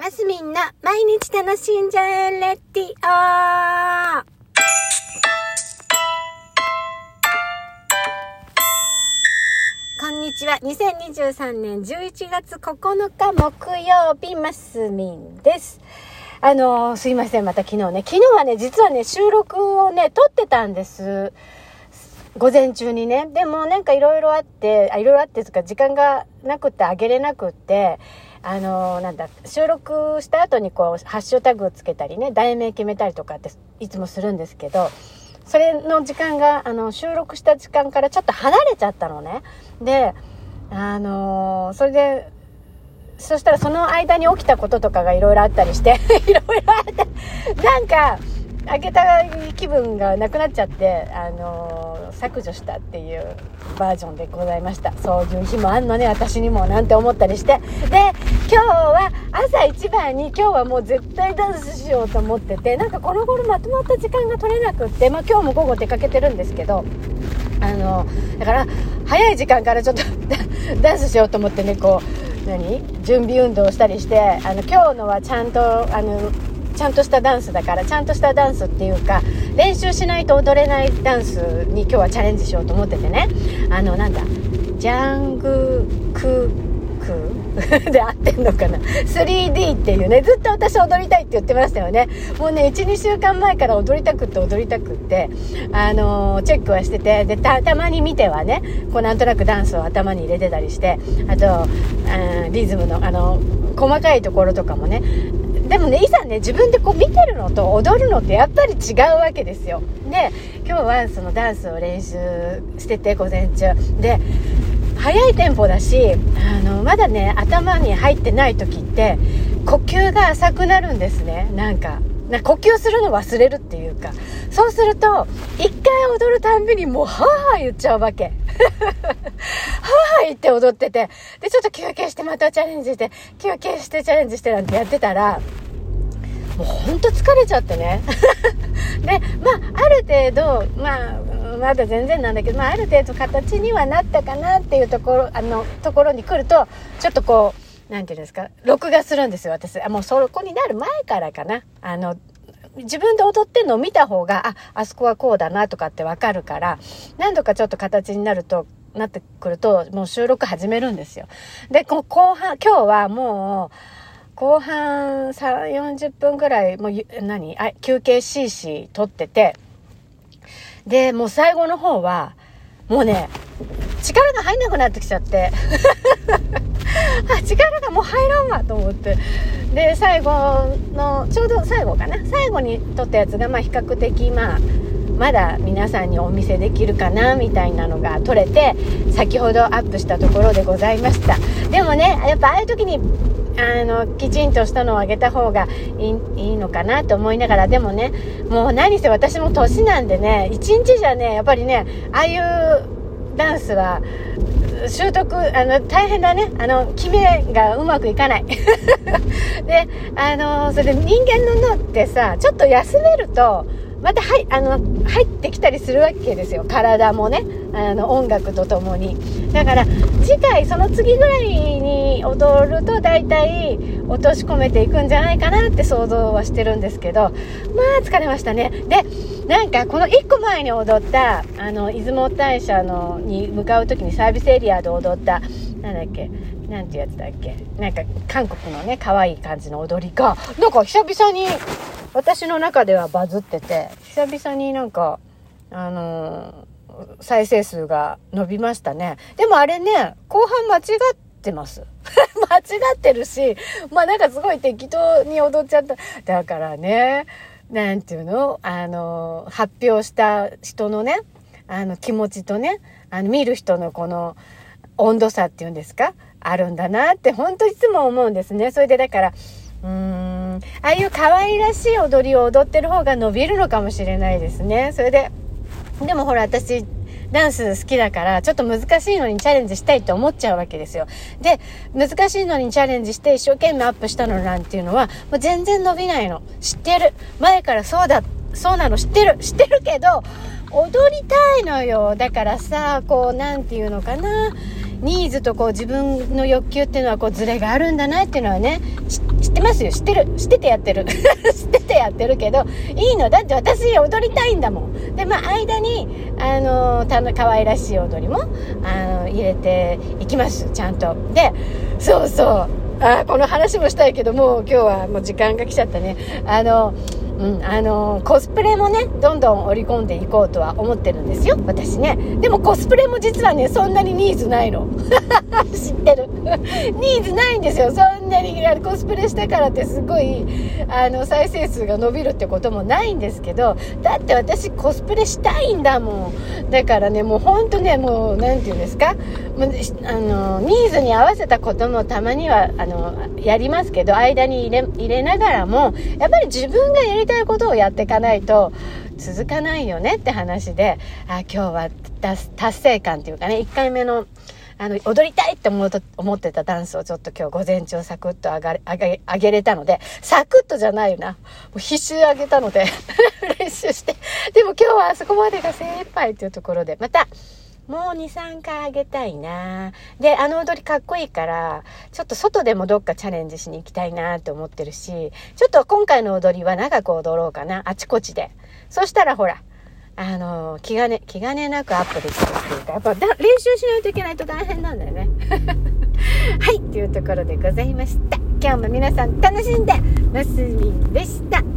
マスミンの毎日楽しんじゃえレディオ。こんにちは。2023年11月9日木曜日、マスミンです。すいません。また昨日はね、実はね、収録をね、撮ってたんです。午前中にね。でもなんかいろいろあってとか時間がなくてあげれなくって、収録した後にこうハッシュタグつけたりね、題名決めたりとかっていつもするんですけど、それの時間が収録した時間からちょっと離れちゃったのね。でそれでそしたらその間に起きたこととかがいろいろあったりしてなんかあげた気分がなくなっちゃって削除したっていうバージョンでございました。そういう日もあんのね、私にもなんて思ったりして。で、今日は朝一番に今日はもう絶対ダンスしようと思ってて、なんかこの頃まとまった時間が取れなくって、今日も午後出かけてるんですけど、だから早い時間からちょっとダンスしようと思ってね、こう準備運動をしたりして、今日のはちゃんとしたダンスだから、ちゃんとしたダンスっていうか、練習しないと踊れないダンスに今日はチャレンジしようと思っててね、ジャングククで合ってんのかな、 3D っていうね、ずっと私踊りたいって言ってましたよね。もうね 1,2 週間前から踊りたくって、チェックはしてて、でたまに見てはね、こうなんとなくダンスを頭に入れてたりして、あとリズムの細かいところとかもね。でもね、いざね、自分でこう見てるのと踊るのってやっぱり違うわけですよ。で、今日はそのダンスを練習してて、午前中で早いテンポだし、まだね頭に入ってない時って呼吸が浅くなるんですね。なんか呼吸するの忘れるっていうか、そうすると一回踊るたんびにもうはぁはぁ言っちゃうわけはぁはぁ言って踊ってて、でちょっと休憩してまたチャレンジして、休憩してチャレンジしてなんてやってたら、もうほんと疲れちゃってねで、ある程度まだ全然なんだけど、ある程度形にはなったかなっていうところに来ると、ちょっとこうなんていうんですか、録画するんですよ。私もうそこになる前からかな、自分で踊ってんのを見た方が、あそこはこうだなとかってわかるから、何度かちょっと形になってくると、もう収録始めるんですよ。で、後半、今日はもう後半40分ぐらいもう休憩 CC 取ってて、でもう最後の方はもうね、力が入んなくなってきちゃって力がもう入らんわと思って、で最後のちょうど最後に撮ったやつが比較的まだ皆さんにお見せできるかなみたいなのが撮れて、先ほどアップしたところでございました。でもね、やっぱああいう時にきちんとしたのをあげた方がいいのかなと思いながら、でもね、もう何せ私も年なんでね、一日じゃね、やっぱりね、ああいうダンスは習得大変だね。決めがうまくいかないで、それで人間の脳ってさ、ちょっと休めるとまた入ってきたりするわけですよ。体もね、音楽とともに。だからその次ぐらいに踊ると大体落とし込めていくんじゃないかなって想像はしてるんですけど、疲れましたね。で、なんかこの1個前に踊った出雲大社に向かう時にサービスエリアで踊ったなんていうやつだっけ、なんか韓国のね可愛い感じの踊りが、なんか久々に私の中ではバズってて、久々になんか再生数が伸びましたね。でもあれね、後半間違ってます間違ってるし、なんかすごい適当に踊っちゃった。だからね、なんていうの、発表した人のね気持ちとね、見る人のこの温度差っていうんですか、あるんだなって本当いつも思うんですね。それでだからああいう可愛らしい踊りを踊ってる方が伸びるのかもしれないですね。それでもほら、私ダンス好きだからちょっと難しいのにチャレンジしたいって思っちゃうわけですよ。で、難しいのにチャレンジして一生懸命アップしたのなんていうのはもう全然伸びないの知ってる。前からそうなの知ってるけど踊りたいのよ。だからさ、こうなんていうのかな、ニーズとこう自分の欲求っていうのはこうズレがあるんだなっていうのはね知っってますよ。知っててやってる。知っててやってるけど、いいの。だって私踊りたいんだもん。で、間に、可愛らしい踊りも、入れていきます。ちゃんと。で、そうそう。この話もしたいけど、もう今日はもう時間が来ちゃったね。コスプレもね、どんどん織り込んでいこうとは思ってるんですよ、私ね。でもコスプレも実はね、そんなにニーズないの。知ってる。ニーズないんですよ。そんなにコスプレしたからってすごい、再生数が伸びるってこともないんですけど、だって私コスプレしたいんだもん。だからね、もうほんとね、もう、なんていうんですか、もうニーズに合わせたこともたまには、やりますけど、間に入れながらも、やっぱり自分がやりたいことをやっていかないと続かないよねって話で、今日は達成感っていうかね、1回目の踊りたいって思ってたダンスをちょっと今日午前中サクッと上げれたので、サクッとじゃないよな。もう必死上げたので練習して。でも今日はあそこまでが精一杯というところで、またもう 2,3 回上げたいな。で、踊りかっこいいから、ちょっと外でもどっかチャレンジしに行きたいなって思ってるし、ちょっと今回の踊りは長く踊ろうかな。あちこちで。そしたらほら、気兼ねなくアップできるっていうか、やっぱ練習しないといけないと大変なんだよね。はい、というところでございました。今日も皆さん楽しんで、ますみんでした。